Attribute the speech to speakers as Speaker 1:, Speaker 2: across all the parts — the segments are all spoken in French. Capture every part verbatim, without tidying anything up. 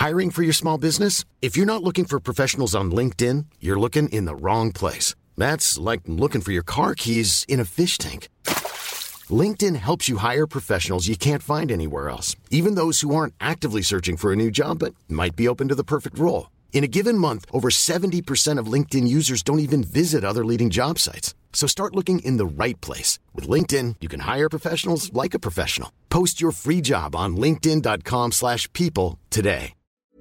Speaker 1: Hiring for your small business? If you're not looking for professionals on LinkedIn, you're looking in the wrong place. That's like looking for your car keys in a fish tank. LinkedIn helps you hire professionals you can't find anywhere else, even those who aren't actively searching for a new job but might be open to the perfect role. In a given month, over seventy percent of LinkedIn users don't even visit other leading job sites. So start looking in the right place. With LinkedIn, you can hire professionals like a professional. Post your free job on linkedin.com slash people today.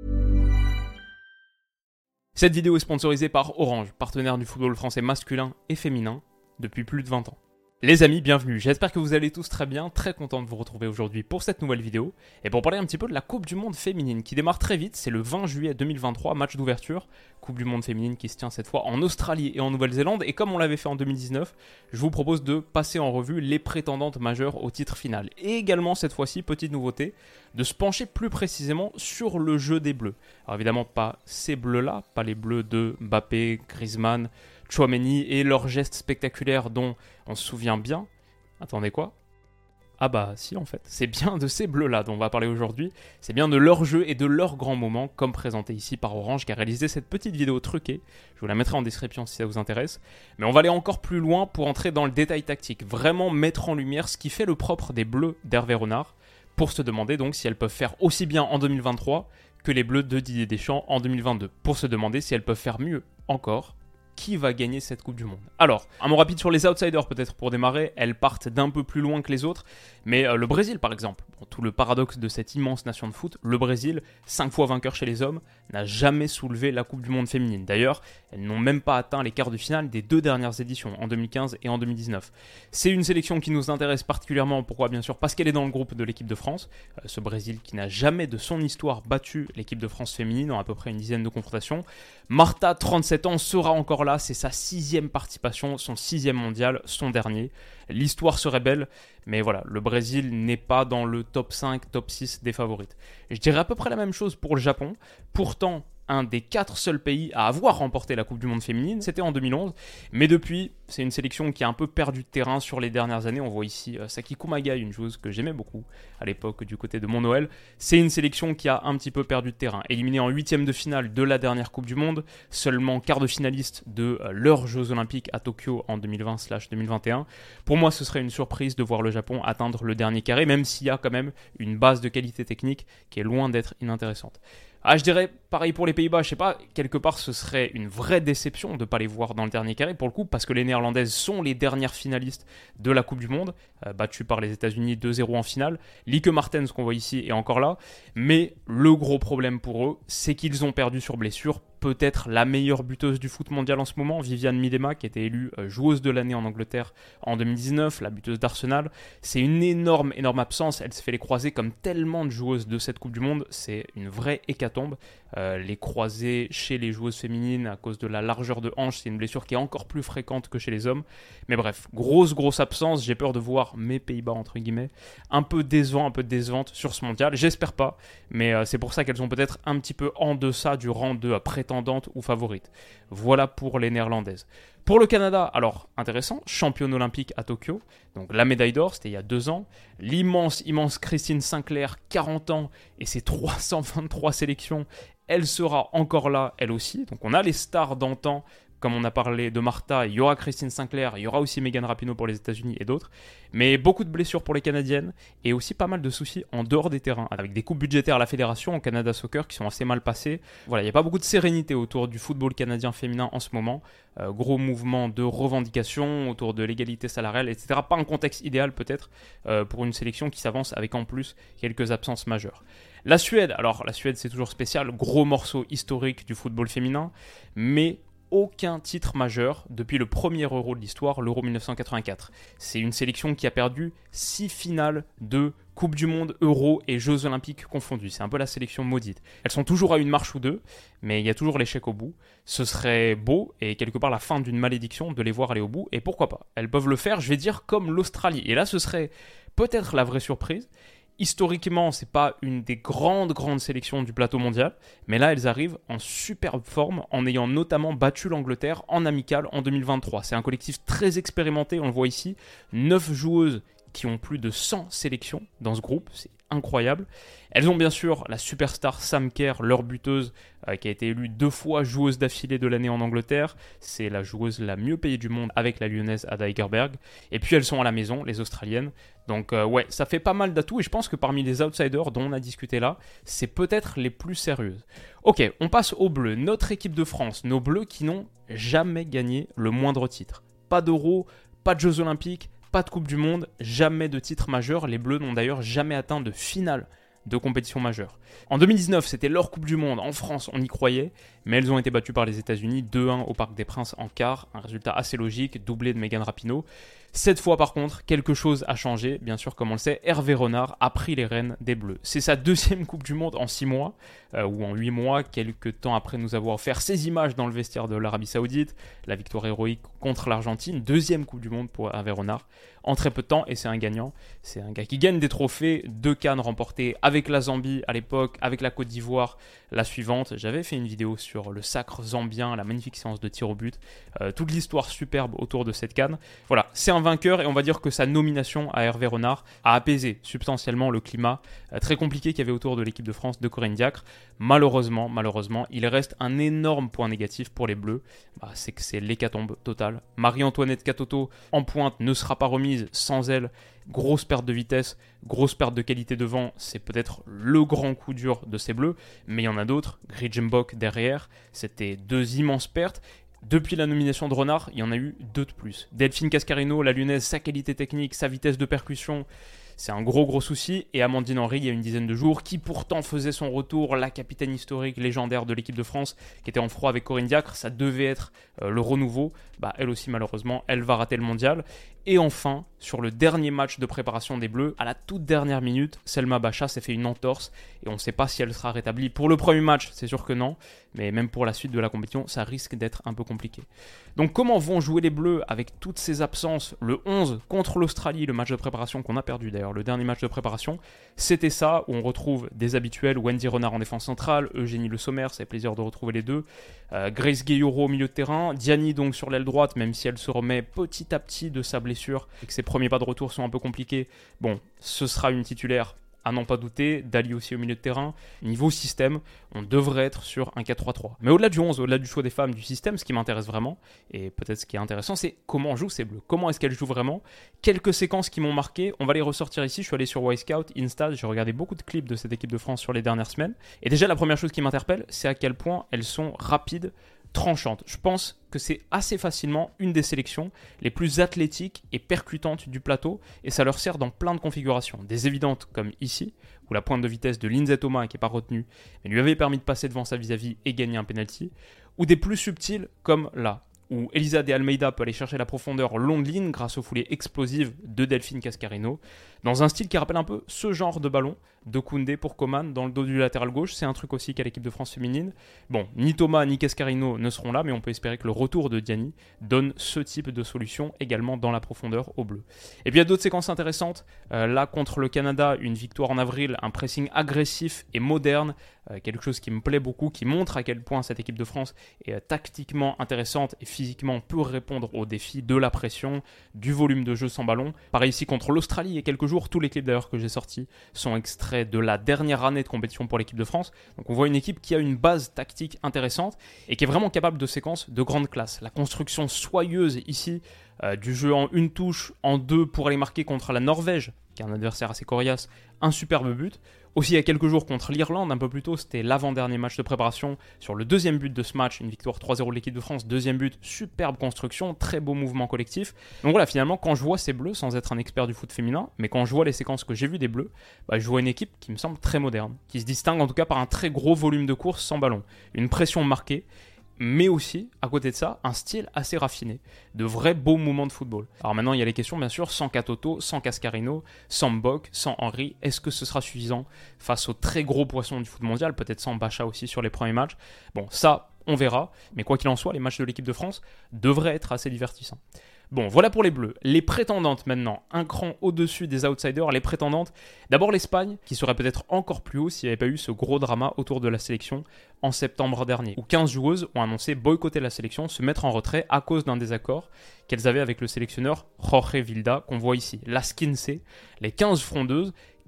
Speaker 2: Cette vidéo est sponsorisée par Orange, partenaire du football français masculin et féminin depuis plus de vingt ans. Les amis, bienvenue, j'espère que vous allez tous très bien, très content de vous retrouver aujourd'hui pour cette nouvelle vidéo et pour parler un petit peu de la Coupe du Monde féminine qui démarre très vite, c'est le vingt juillet deux mille vingt-trois, match d'ouverture, Coupe du Monde féminine qui se tient cette fois en Australie et en Nouvelle-Zélande et comme on l'avait fait en deux mille dix-neuf, je vous propose de passer en revue les prétendantes majeures au titre final et également cette fois-ci, petite nouveauté, de se pencher plus précisément sur le jeu des bleus. Alors évidemment pas ces bleus-là, pas les bleus de Mbappé, Griezmann, Tchouaméni et leurs gestes spectaculaires dont on se souvient bien. Attendez quoi ? Ah bah si en fait, c'est bien de ces bleus-là dont on va parler aujourd'hui, c'est bien de leur jeu et de leurs grands moments comme présenté ici par Orange qui a réalisé cette petite vidéo truquée, je vous la mettrai en description si ça vous intéresse, mais on va aller encore plus loin pour entrer dans le détail tactique, vraiment mettre en lumière ce qui fait le propre des bleus d'Hervé Renard, pour se demander donc si elles peuvent faire aussi bien en deux mille vingt-trois que les bleus de Didier Deschamps en deux mille vingt-deux, pour se demander si elles peuvent faire mieux encore. Qui va gagner cette Coupe du Monde ? Alors, un mot rapide sur les outsiders peut-être pour démarrer, elles partent d'un peu plus loin que les autres, mais euh, le Brésil par exemple, bon, tout le paradoxe de cette immense nation de foot, le Brésil, cinq fois vainqueur chez les hommes, n'a jamais soulevé la Coupe du Monde féminine. D'ailleurs, elles n'ont même pas atteint les quarts de finale des deux dernières éditions, en deux mille quinze et en deux mille dix-neuf. C'est une sélection qui nous intéresse particulièrement, pourquoi bien sûr ? Parce qu'elle est dans le groupe de l'équipe de France, euh, ce Brésil qui n'a jamais de son histoire battu l'équipe de France féminine en à peu près une dizaine de confrontations. Marta, trente-sept ans, sera encore là, c'est sa sixième participation, son sixième mondial, son dernier. L'histoire serait belle, mais voilà, le Brésil n'est pas dans le top cinq, top six des favorites. Je dirais à peu près la même chose pour le Japon, pourtant un des quatre seuls pays à avoir remporté la Coupe du Monde féminine, c'était en deux mille onze, mais depuis, c'est une sélection qui a un peu perdu de terrain sur les dernières années. On voit ici euh, Saki Kumagai, une joueuse que j'aimais beaucoup à l'époque du côté de Mont-Noël. C'est une sélection qui a un petit peu perdu de terrain. Éliminée en huitième de finale de la dernière Coupe du Monde, seulement quart de finaliste de euh, leurs Jeux Olympiques à Tokyo en deux mille vingt deux mille vingt et un. Pour moi, ce serait une surprise de voir le Japon atteindre le dernier carré, même s'il y a quand même une base de qualité technique qui est loin d'être inintéressante. Ah, je dirais pareil pour les Pays-Bas, je sais pas, quelque part ce serait une vraie déception de ne pas les voir dans le dernier carré pour le coup, parce que les Néerlandaises sont les dernières finalistes de la Coupe du Monde, euh, battues par les États-Unis deux zéro en finale. Lieke Martens qu'on voit ici est encore là, mais le gros problème pour eux, c'est qu'ils ont perdu sur blessure peut-être la meilleure buteuse du foot mondial en ce moment, Viviane Miedema, qui a été élue euh, joueuse de l'année en Angleterre en deux mille dix-neuf, la buteuse d'Arsenal. C'est une énorme, énorme absence, elle se fait les croisés comme tellement de joueuses de cette Coupe du Monde, c'est une vraie hécatombe. Euh, les croisés chez les joueuses féminines à cause de la largeur de hanche, c'est une blessure qui est encore plus fréquente que chez les hommes. Mais bref, grosse grosse absence, j'ai peur de voir mes Pays-Bas entre guillemets un peu décevant, un peu décevante sur ce mondial, j'espère pas, mais euh, c'est pour ça qu'elles sont peut-être un petit peu en deçà du rang de euh, prétendantes ou favorites. Voilà pour les Néerlandaises. Pour le Canada, alors intéressant, championne olympique à Tokyo, donc la médaille d'or, c'était il y a deux ans. L'immense, immense Christine Sinclair, quarante ans, et ses trois cent vingt-trois sélections, elle sera encore là, elle aussi. Donc on a les stars d'antan, comme on a parlé de Marta, il y aura Christine Sinclair, il y aura aussi Megan Rapinoe pour les États-Unis et d'autres. Mais beaucoup de blessures pour les Canadiennes et aussi pas mal de soucis en dehors des terrains, avec des coupes budgétaires à la fédération, au Canada Soccer, qui sont assez mal passées. Voilà, il n'y a pas beaucoup de sérénité autour du football canadien féminin en ce moment. Euh, gros mouvement de revendication autour de l'égalité salariale, et cetera. Pas un contexte idéal peut-être euh, pour une sélection qui s'avance avec en plus quelques absences majeures. La Suède, alors la Suède c'est toujours spécial, gros morceau historique du football féminin, mais aucun titre majeur depuis le premier Euro de l'histoire, l'Euro dix-neuf cent quatre-vingt-quatre. C'est une sélection qui a perdu six finales de Coupe du Monde, Euro et Jeux Olympiques confondus. C'est un peu la sélection maudite. Elles sont toujours à une marche ou deux, mais il y a toujours l'échec au bout. Ce serait beau et quelque part la fin d'une malédiction de les voir aller au bout. Et pourquoi pas ? Elles peuvent le faire, je vais dire, comme l'Australie. Et là, ce serait peut-être la vraie surprise. Historiquement, c'est pas une des grandes, grandes sélections du plateau mondial, mais là, elles arrivent en superbe forme, en ayant notamment battu l'Angleterre en amical en deux mille vingt-trois. C'est un collectif très expérimenté, on le voit ici, neuf joueuses qui ont plus de cent sélections dans ce groupe, c'est incroyable. Elles ont bien sûr la superstar Sam Kerr, leur buteuse, euh, qui a été élue deux fois joueuse d'affilée de l'année en Angleterre. C'est la joueuse la mieux payée du monde avec la lyonnaise Ada Hegerberg. Et puis elles sont à la maison, les Australiennes. Donc euh, ouais, ça fait pas mal d'atouts et je pense que parmi les outsiders dont on a discuté là, c'est peut-être les plus sérieuses. Ok, on passe aux Bleus. Notre équipe de France, nos Bleus qui n'ont jamais gagné le moindre titre. Pas d'Euro, pas de Jeux Olympiques, pas de Coupe du Monde, jamais de titre majeur. Les Bleus n'ont d'ailleurs jamais atteint de finale de compétition majeure. En deux mille dix-neuf, c'était leur Coupe du Monde. En France, on y croyait, mais elles ont été battues par les États-Unis deux un au Parc des Princes en quart. Un résultat assez logique, doublé de Megan Rapinoe. Cette fois, par contre, quelque chose a changé. Bien sûr, comme on le sait, Hervé Renard a pris les rênes des Bleus. C'est sa deuxième Coupe du Monde en six mois, euh, ou en huit mois, quelques temps après nous avoir offert ces images dans le vestiaire de l'Arabie Saoudite, la victoire héroïque contre l'Argentine, deuxième Coupe du Monde pour Hervé Renard, en très peu de temps, et c'est un gagnant. C'est un gars qui gagne des trophées, deux CAN remportés avec la Zambie à l'époque, avec la Côte d'Ivoire la suivante. J'avais fait une vidéo sur le sacre zambien, la magnifique séance de tir au but, euh, toute l'histoire superbe autour de cette CAN. Voilà, c'est un vainqueur et on va dire que sa nomination à Hervé Renard a apaisé substantiellement le climat euh, très compliqué qu'il y avait autour de l'équipe de France de Corinne Diacre. Malheureusement, malheureusement, il reste un énorme point négatif pour les Bleus, bah, c'est que c'est l'hécatombe totale. Marie-Antoinette Katoto en pointe ne sera pas remise sans elle. Grosse perte de vitesse, grosse perte de qualité devant, c'est peut-être le grand coup dur de ces Bleus, mais il y en a d'autres. Grijenbok derrière, c'était deux immenses pertes. Depuis la nomination de Renard, il y en a eu deux de plus. Delphine Cascarino, la lyonnaise, sa qualité technique, sa vitesse de percussion, c'est un gros gros souci. Et Amandine Henry, il y a une dizaine de jours, qui pourtant faisait son retour, la capitaine historique, légendaire de l'équipe de France, qui était en froid avec Corinne Diacre, ça devait être euh, le renouveau. Bah, elle aussi malheureusement, elle va rater le mondial. Et enfin, sur le dernier match de préparation des Bleus, à la toute dernière minute, Selma Bacha s'est fait une entorse et on ne sait pas si elle sera rétablie. Pour le premier match, c'est sûr que non, mais même pour la suite de la compétition, ça risque d'être un peu compliqué. Donc comment vont jouer les Bleus avec toutes ces absences? Le onze contre l'Australie, le match de préparation qu'on a perdu d'ailleurs, le dernier match de préparation, c'était ça, où on retrouve des habituels, Wendy Renard en défense centrale, Eugénie Le Sommer, ça fait plaisir de retrouver les deux, euh, Grace Gueyoro au milieu de terrain, Diani donc sur l'aile droite, même si elle se remet petit à petit de sa blessure et que ses premiers pas de retour sont un peu compliqués, bon, ce sera une titulaire à n'en pas douter, Dali aussi au milieu de terrain. Niveau système, on devrait être sur un quatre trois trois. Mais au-delà du onze, au-delà du choix des femmes, du système, ce qui m'intéresse vraiment, et peut-être ce qui est intéressant, c'est comment jouent ces Bleus. Comment est-ce qu'elles jouent vraiment? Quelques séquences qui m'ont marqué, on va les ressortir ici. Je suis allé sur Wisecout, Insta, j'ai regardé beaucoup de clips de cette équipe de France sur les dernières semaines. Et déjà, la première chose qui m'interpelle, c'est à quel point elles sont rapides, tranchantes. Je pense que c'est assez facilement une des sélections les plus athlétiques et percutantes du plateau et ça leur sert dans plein de configurations. Des évidentes comme ici, où la pointe de vitesse de Lindsay Thomas, qui n'est pas retenue, mais lui avait permis de passer devant sa vis-à-vis et gagner un penalty, ou des plus subtiles comme là, où Elisa de Almeida peut aller chercher la profondeur long de ligne grâce aux foulées explosives de Delphine Cascarino, dans un style qui rappelle un peu ce genre de ballon de Koundé pour Coman dans le dos du latéral gauche. C'est un truc aussi qu'a l'équipe de France féminine. Bon, ni Thomas ni Cascarino ne seront là, mais on peut espérer que le retour de Diani donne ce type de solution également dans la profondeur au bleu. Et puis il y a d'autres séquences intéressantes. Euh, là, contre le Canada, une victoire en avril, un pressing agressif et moderne, euh, quelque chose qui me plaît beaucoup, qui montre à quel point cette équipe de France est euh, tactiquement intéressante et physiquement peut répondre aux défis de la pression, du volume de jeu sans ballon. Pareil ici contre l'Australie il y a quelques jours, tous les clips d'ailleurs que j'ai sortis sont extraits de la dernière année de compétition pour l'équipe de France. Donc on voit une équipe qui a une base tactique intéressante et qui est vraiment capable de séquences de grande classe. La construction soyeuse ici euh, du jeu en une touche, en deux pour aller marquer contre la Norvège, qui est un adversaire assez coriace, un superbe but. Aussi il y a quelques jours contre l'Irlande, un peu plus tôt, c'était l'avant-dernier match de préparation sur le deuxième but de ce match, une victoire trois zéro de l'équipe de France, deuxième but, superbe construction, très beau mouvement collectif. Donc voilà, finalement, quand je vois ces Bleus, sans être un expert du foot féminin, mais quand je vois les séquences que j'ai vues des Bleus, bah, je vois une équipe qui me semble très moderne, qui se distingue en tout cas par un très gros volume de course sans ballon, une pression marquée, mais aussi, à côté de ça, un style assez raffiné, de vrais beaux moments de football. Alors maintenant, il y a les questions, bien sûr, sans Katoto, sans Cascarino, sans Mbok, sans Henry, est-ce que ce sera suffisant face aux très gros poissons du foot mondial, peut-être sans Bacha aussi sur les premiers matchs? Bon, ça, on verra, mais quoi qu'il en soit, les matchs de l'équipe de France devraient être assez divertissants. Bon, voilà pour les Bleus. Les prétendantes maintenant, un cran au-dessus des outsiders, les prétendantes. D'abord l'Espagne, qui serait peut-être encore plus haut s'il n'y avait pas eu ce gros drama autour de la sélection en septembre dernier, où quinze joueuses ont annoncé boycotter la sélection, se mettre en retrait à cause d'un désaccord qu'elles avaient avec le sélectionneur Jorge Vilda, qu'on voit ici. Las quinze, les quinze frondeuses,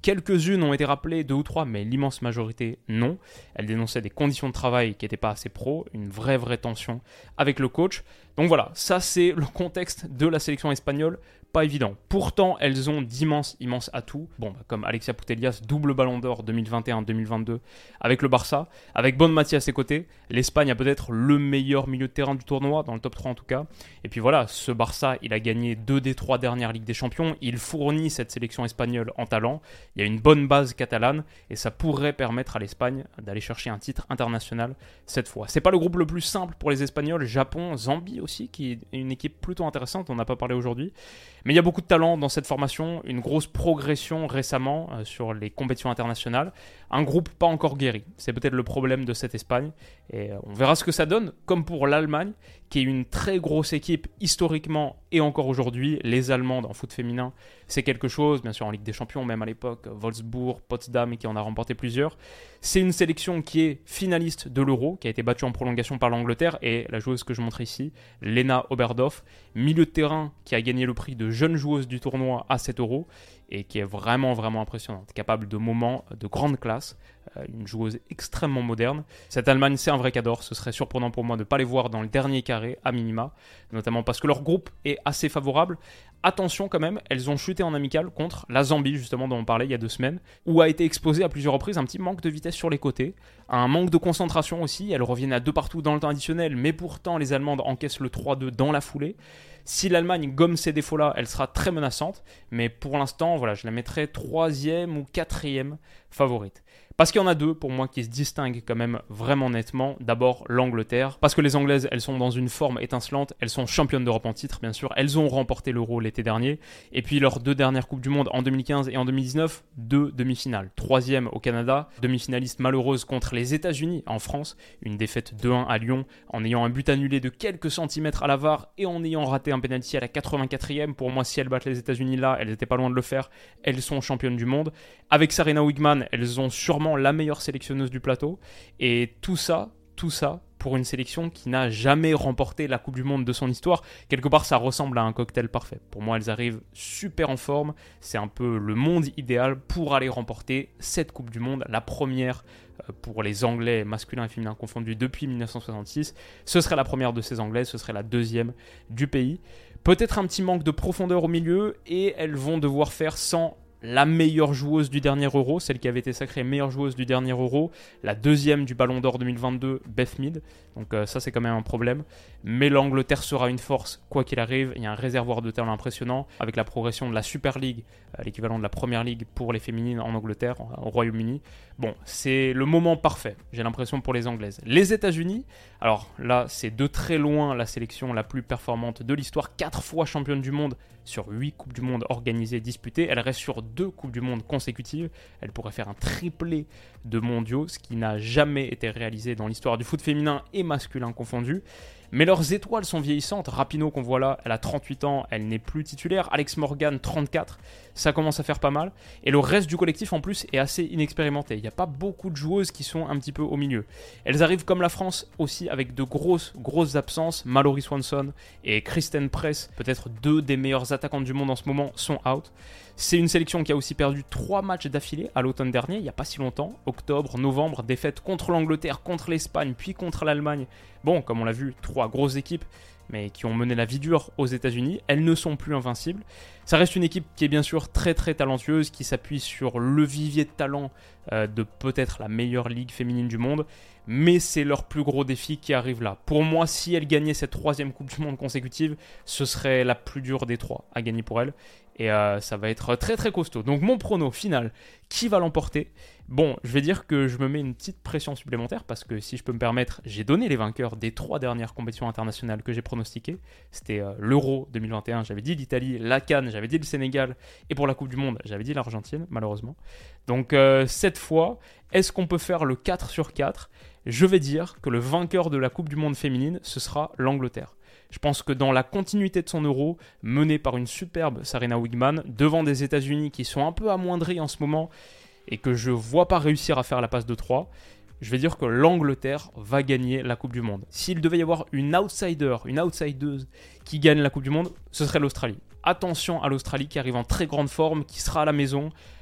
Speaker 2: quelques-unes ont été rappelées, deux ou trois, mais l'immense majorité non. Elles dénonçaient des conditions de travail qui n'étaient pas assez pro, une vraie vraie tension avec le coach. Donc voilà, ça c'est le contexte de la sélection espagnole. Pas évident. Pourtant, elles ont d'immenses, immenses atouts. Bon, bah, comme Alexia Putellas, double ballon d'or deux mille vingt et un deux mille vingt-deux avec le Barça. Avec Bonmatí à ses côtés, l'Espagne a peut-être le meilleur milieu de terrain du tournoi, dans le top trois en tout cas. Et puis voilà, ce Barça, il a gagné deux des trois dernières Ligues des Champions. Il fournit cette sélection espagnole en talent. Il y a une bonne base catalane et ça pourrait permettre à l'Espagne d'aller chercher un titre international cette fois. C'est pas le groupe le plus simple pour les Espagnols. Japon, Zambie aussi, qui est une équipe plutôt intéressante. On n'a pas parlé aujourd'hui. Mais il y a beaucoup de talent dans cette formation, une grosse progression récemment euh, sur les compétitions internationales. Un groupe pas encore guéri, c'est peut-être le problème de cette Espagne. Et euh, on verra ce que ça donne, comme pour l'Allemagne, qui est une très grosse équipe historiquement et encore aujourd'hui. Les Allemandes en foot féminin, c'est quelque chose, bien sûr en Ligue des Champions, même à l'époque, Wolfsburg, Potsdam, qui en a remporté plusieurs. C'est une sélection qui est finaliste de l'Euro, qui a été battue en prolongation par l'Angleterre, et la joueuse que je montre ici, Lena Oberdorf, milieu de terrain qui a gagné le prix de jeune joueuse du tournoi à sept euros, et qui est vraiment vraiment impressionnante, capable de moments de grande classe, euh, une joueuse extrêmement moderne. Cette Allemagne, c'est un vrai cador, ce serait surprenant pour moi de ne pas les voir dans le dernier carré à minima, notamment parce que leur groupe est assez favorable. Attention quand même, elles ont chuté en amical contre la Zambie, justement, dont on parlait il y a deux semaines, où a été exposé à plusieurs reprises un petit manque de vitesse sur les côtés, un manque de concentration aussi. Elles reviennent à deux partout dans le temps additionnel, mais pourtant les Allemandes encaissent le trois deux dans la foulée. Si l'Allemagne gomme ces défauts-là, elle sera très menaçante, mais pour l'instant, voilà, je la mettrai troisième ou quatrième favorite. Parce qu'il y en a deux, pour moi, qui se distinguent quand même vraiment nettement. D'abord, l'Angleterre, parce que les Anglaises, elles sont dans une forme étincelante, elles sont championnes d'Europe en titre, bien sûr, elles ont remporté l'Euro l'été dernier, et puis leurs deux dernières Coupes du Monde, en deux mille quinze et en deux mille dix-neuf, deux demi-finales. Troisième au Canada, demi-finaliste malheureuse contre les États-Unis en France, une défaite deux un à Lyon, en ayant un but annulé de quelques centimètres à la V A R, et en ayant raté un pénalty à la quatre-vingt-quatrième. Pour moi, si elles battent les États-Unis là, elles n'étaient pas loin de le faire, elles sont championnes du monde. Avec Sarina Wiegman, elles ont sûrement la meilleure sélectionneuse du plateau, et tout ça, tout ça pour une sélection qui n'a jamais remporté la Coupe du Monde de son histoire. Quelque part, ça ressemble à un cocktail parfait. Pour moi, elles arrivent super en forme, c'est un peu le monde idéal pour aller remporter cette Coupe du Monde, la première pour les Anglais masculins et féminins confondus depuis mille neuf cent soixante-six. Ce serait la première de ces Anglaises, ce serait la deuxième du pays. Peut-être un petit manque de profondeur au milieu, et elles vont devoir faire sans la meilleure joueuse du dernier Euro, celle qui avait été sacrée meilleure joueuse du dernier Euro, la deuxième du Ballon d'Or deux mille vingt-deux, Beth Mead. Donc euh, ça, c'est quand même un problème. Mais l'Angleterre sera une force, quoi qu'il arrive. Il y a un réservoir de talent impressionnant, avec la progression de la Super League, euh, l'équivalent de la Première Ligue pour les féminines en Angleterre, au Royaume-Uni. Bon, c'est le moment parfait, j'ai l'impression, pour les Anglaises. Les États-Unis, alors là, c'est de très loin la sélection la plus performante de l'histoire, quatre fois championne du monde sur huit Coupes du Monde organisées et disputées. Elle reste sur deux Coupes du Monde consécutives. Elle pourrait faire un triplé de mondiaux, ce qui n'a jamais été réalisé dans l'histoire du foot féminin et masculin confondu. Mais leurs étoiles sont vieillissantes. Rapinoe, qu'on voit là, elle a trente-huit ans, elle n'est plus titulaire. Alex Morgan, trente-quatre, ça commence à faire pas mal. Et le reste du collectif, en plus, est assez inexpérimenté. Il n'y a pas beaucoup de joueuses qui sont un petit peu au milieu. Elles arrivent comme la France aussi avec de grosses, grosses absences. Mallory Swanson et Kristen Press, peut-être deux des meilleures attaquantes du monde en ce moment, sont out. C'est une sélection qui a aussi perdu trois matchs d'affilée à l'automne dernier, il n'y a pas si longtemps. Octobre, novembre, défaite contre l'Angleterre, contre l'Espagne, puis contre l'Allemagne. Bon, comme on l'a vu, trois grosses équipes, mais qui ont mené la vie dure aux États-Unis. Elles ne sont plus invincibles. Ça reste une équipe qui est bien sûr très très talentueuse, qui s'appuie sur le vivier de talent euh, de peut-être la meilleure ligue féminine du monde, mais c'est leur plus gros défi qui arrive là. Pour moi, si elles gagnaient cette troisième Coupe du Monde consécutive, ce serait la plus dure des trois à gagner pour elles. Et euh, ça va être très très costaud. Donc mon prono final, qui va l'emporter ? Bon, je vais dire que je me mets une petite pression supplémentaire, parce que si je peux me permettre, j'ai donné les vainqueurs des trois dernières compétitions internationales que j'ai pronostiquées. C'était euh, l'Euro deux mille vingt et un, j'avais dit l'Italie, la CAN, j'avais dit le Sénégal, et pour la Coupe du Monde, j'avais dit l'Argentine, malheureusement. Donc euh, cette fois, est-ce qu'on peut faire le quatre sur quatre ? Je vais dire que le vainqueur de la Coupe du Monde féminine, ce sera l'Angleterre. Je pense que dans la continuité de son Euro, menée par une superbe Sarina Wiegman, devant des États-Unis qui sont un peu amoindris en ce moment et que je ne vois pas réussir à faire la passe de trois, je vais dire que l'Angleterre va gagner la Coupe du Monde. S'il devait y avoir une outsider, une outsideuse qui gagne la Coupe du Monde, ce serait l'Australie. Attention à l'Australie qui arrive en très grande forme, qui sera à la maison.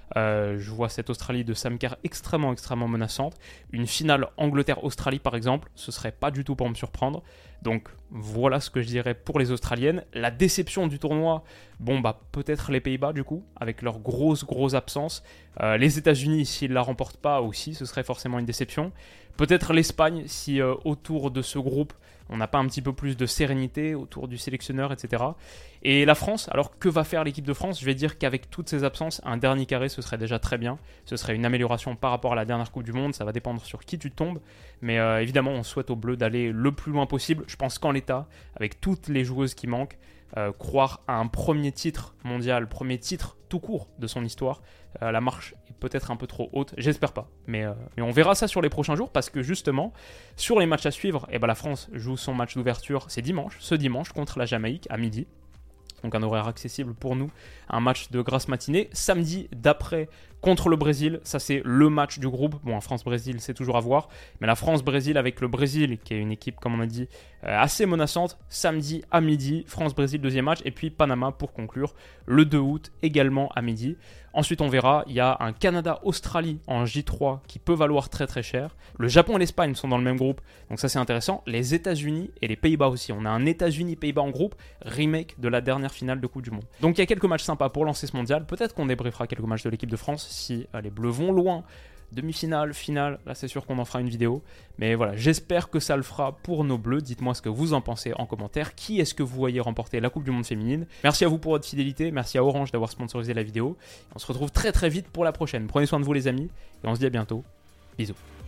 Speaker 2: Euh, je vois cette Australie de Sam Kerr extrêmement, extrêmement menaçante. Une finale Angleterre-Australie, par exemple, ce serait pas du tout pour me surprendre. Donc voilà ce que je dirais pour les Australiennes. La déception du tournoi, bon bah peut-être les Pays-Bas du coup, avec leur grosse, grosse absence. Euh, les États-Unis, s'ils la remportent pas aussi, ce serait forcément une déception. Peut-être l'Espagne, si euh, autour de ce groupe, on n'a pas un petit peu plus de sérénité autour du sélectionneur, et cetera. Et la France, alors que va faire l'équipe de France? Je vais dire qu'avec toutes ces absences, un dernier carré, ce serait déjà très bien. Ce serait une amélioration par rapport à la dernière Coupe du Monde. Ça va dépendre sur qui tu tombes. Mais euh, évidemment, on souhaite aux Bleus d'aller le plus loin possible. Je pense qu'en l'état, avec toutes les joueuses qui manquent, euh, croire à un premier titre mondial, premier titre tout court de son histoire, euh, la marche est peut-être un peu trop haute. J'espère pas. Mais, euh, mais on verra ça sur les prochains jours parce que justement, sur les matchs à suivre, eh ben, la France joue son match d'ouverture. C'est dimanche, ce dimanche contre la Jamaïque à midi. Donc un horaire accessible pour nous, un match de grasse matinée. Samedi d'après contre le Brésil, ça c'est le match du groupe. Bon, France-Brésil, c'est toujours à voir. Mais la France-Brésil avec le Brésil, qui est une équipe, comme on a dit, assez menaçante. Samedi à midi, France-Brésil, deuxième match. Et puis Panama pour conclure le deux août, également à midi. Ensuite, on verra, il y a un Canada-Australie en J trois qui peut valoir très très cher. Le Japon et l'Espagne sont dans le même groupe, donc ça c'est intéressant. Les États-Unis et les Pays-Bas aussi. On a un États-Unis-Pays-Bas en groupe, remake de la dernière finale de Coupe du Monde. Donc il y a quelques matchs sympas pour lancer ce mondial. Peut-être qu'on débriefera quelques matchs de l'équipe de France si euh, les Bleus vont loin. Demi-finale, finale, là c'est sûr qu'on en fera une vidéo. Mais voilà, j'espère que ça le fera pour nos Bleus. Dites-moi ce que vous en pensez en commentaire. Qui est-ce que vous voyez remporter la Coupe du Monde féminine? Merci à vous pour votre fidélité. Merci à Orange d'avoir sponsorisé la vidéo. On se retrouve très très vite pour la prochaine. Prenez soin de vous les amis. Et on se dit à bientôt. Bisous.